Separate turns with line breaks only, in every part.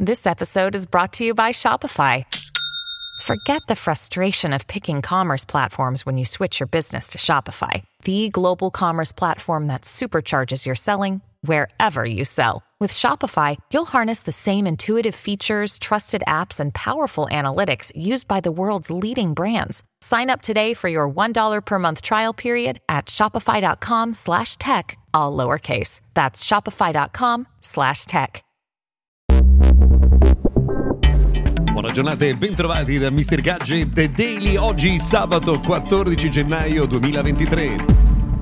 This episode is brought to you by Shopify. Forget the frustration of picking commerce platforms when you switch your business to Shopify, the global commerce platform that supercharges your selling wherever you sell. With Shopify, you'll harness the same intuitive features, trusted apps, and powerful analytics used by the world's leading brands. Sign up today for your $1 per month trial period at shopify.com/tech, all lowercase. That's shopify.com/tech.
Buona giornata e bentrovati da Mr. Gadget Daily. Oggi sabato 14 gennaio 2023.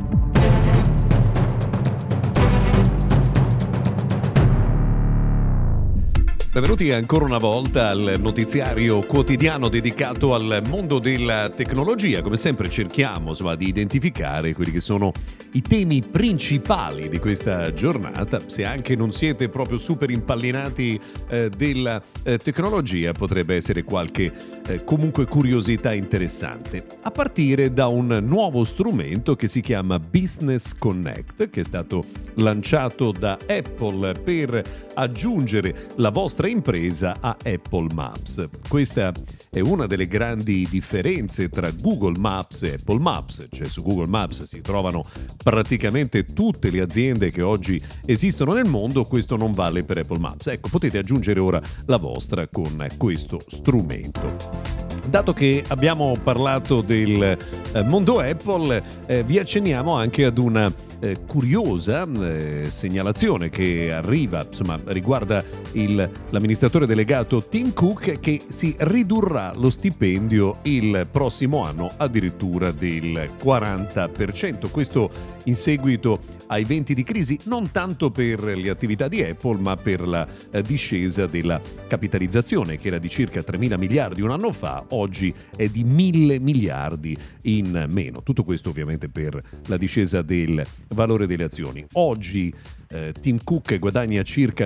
Benvenuti ancora una volta al notiziario quotidiano dedicato al mondo della tecnologia. Come sempre cerchiamo di identificare quelli che sono i temi principali di questa giornata. Se anche non siete proprio super impallinati della tecnologia, potrebbe essere qualche comunque curiosità interessante. A partire da un nuovo strumento che si chiama Business Connect, che è stato lanciato da Apple per aggiungere la vostra impresa a Apple Maps. Questa è una delle grandi differenze tra Google Maps e Apple Maps, cioè su Google Maps si trovano praticamente tutte le aziende che oggi esistono nel mondo, questo non vale per Apple Maps. Ecco, potete aggiungere ora la vostra con questo strumento. Dato che abbiamo parlato del mondo Apple, vi accenniamo anche ad una curiosa segnalazione che arriva, riguarda l'amministratore delegato Tim Cook, che si ridurrà lo stipendio il prossimo anno addirittura del 40%. Questo in seguito ai venti di crisi, non tanto per le attività di Apple, ma per la discesa della capitalizzazione, che era di circa 3.000 miliardi un anno fa, oggi è di 1.000 miliardi in meno. Tutto questo ovviamente per la discesa del valore delle azioni. Oggi Tim Cook guadagna circa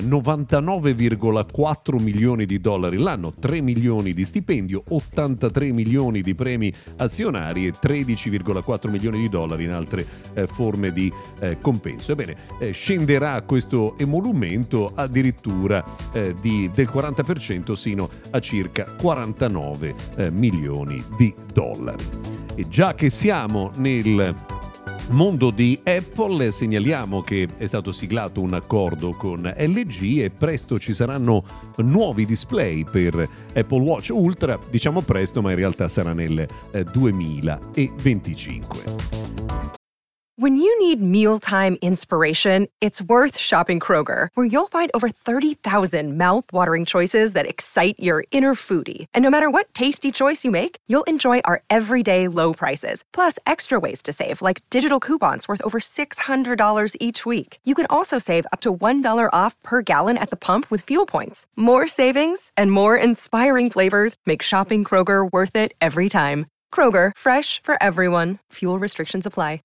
99,4 milioni di dollari l'anno, 3 milioni di stipendio, 83 milioni di premi azionari e 13,4 milioni di dollari in altre forme di compenso. Ebbene, scenderà questo emolumento addirittura del 40% sino a circa 49 milioni di dollari. E già che siamo nel mondo di Apple, segnaliamo che è stato siglato un accordo con LG e presto ci saranno nuovi display per Apple Watch Ultra. Diciamo presto, ma in realtà sarà nel 2025.
When you need mealtime inspiration, it's worth shopping Kroger, where you'll find over 30,000 mouth-watering choices that excite your inner foodie. And no matter what tasty choice you make, you'll enjoy our everyday low prices, plus extra ways to save, like digital coupons worth over $600 each week. You can also save up to $1 off per gallon at the pump with fuel points. More savings and more inspiring flavors make shopping Kroger worth it every time. Kroger, fresh for everyone. Fuel restrictions apply.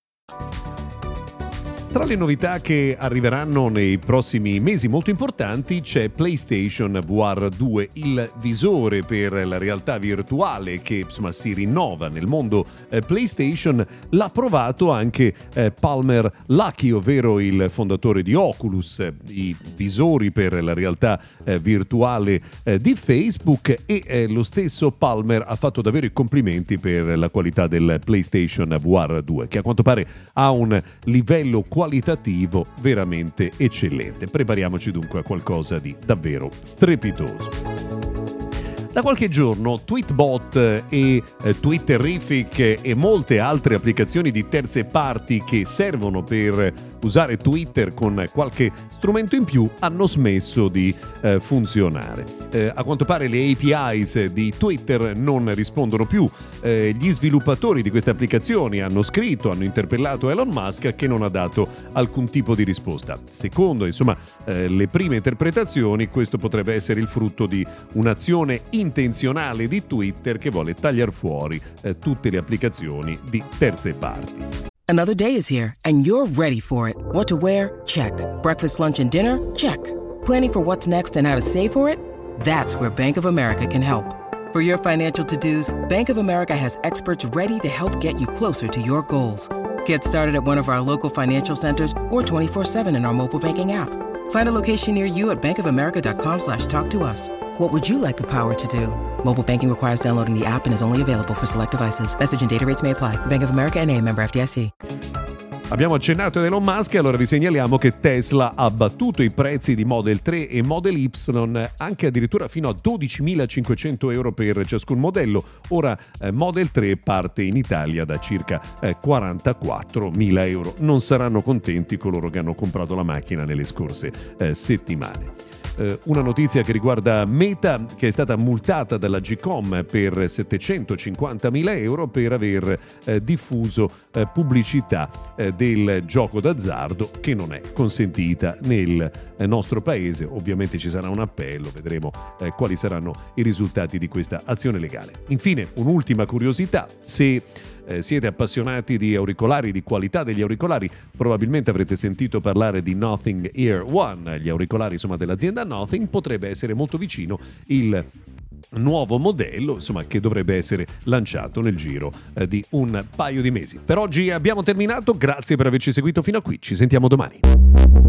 Tra le novità che arriveranno nei prossimi mesi molto importanti c'è PlayStation VR 2, il visore per la realtà virtuale che si rinnova nel mondo PlayStation. L'ha provato anche Palmer Luckey, ovvero il fondatore di Oculus, i visori per la realtà virtuale di Facebook, e lo stesso Palmer ha fatto davvero i complimenti per la qualità del PlayStation VR 2, che a quanto pare ha un livello qualitativo veramente eccellente. Prepariamoci dunque a qualcosa di davvero strepitoso. Da qualche giorno Tweetbot e Twitterific e molte altre applicazioni di terze parti che servono per usare Twitter con qualche strumento in più hanno smesso di funzionare. A quanto pare le APIs di Twitter non rispondono più. Gli sviluppatori di queste applicazioni hanno scritto, hanno interpellato Elon Musk, che non ha dato alcun tipo di risposta. Secondo le prime interpretazioni, questo potrebbe essere il frutto di un'azione intenzionale di Twitter che vuole tagliare fuori tutte le applicazioni di terze parti.
Another day is here and you're ready for it. What to wear? Check. Breakfast, lunch, and dinner? Check. Planning for what's next and how to save for it? That's where Bank of America can help. For your financial to-dos, Bank of America has experts ready to help get you closer to your goals. Get started at one of our local financial centers or 24/7 in our mobile banking app. Find a location near you at bankofamerica.com/talktous. What would you like the power to do? Mobile banking requires downloading the app and is only available for select devices. Message and data rates may apply. Bank of America N.A., member FDIC.
Abbiamo accennato ad Elon Musk e allora vi segnaliamo che Tesla ha battuto i prezzi di Model 3 e Model Y anche addirittura fino a 12.500 euro per ciascun modello. Ora Model 3 parte in Italia da circa 44.000 euro. Non saranno contenti coloro che hanno comprato la macchina nelle scorse settimane. Una notizia che riguarda Meta, che è stata multata dalla GCOM per 750.000 euro per aver diffuso pubblicità del gioco d'azzardo che non è consentita nel nostro paese. Ovviamente ci sarà un appello, vedremo quali saranno i risultati di questa azione legale. Infine, un'ultima curiosità: se siete appassionati di auricolari, di qualità degli auricolari, probabilmente avrete sentito parlare di Nothing Ear One. Gli auricolari, insomma, dell'azienda Nothing. Potrebbe essere molto vicino il nuovo modello, insomma, che dovrebbe essere lanciato nel giro di un paio di mesi. Per oggi abbiamo terminato, grazie per averci seguito fino a qui, ci sentiamo domani.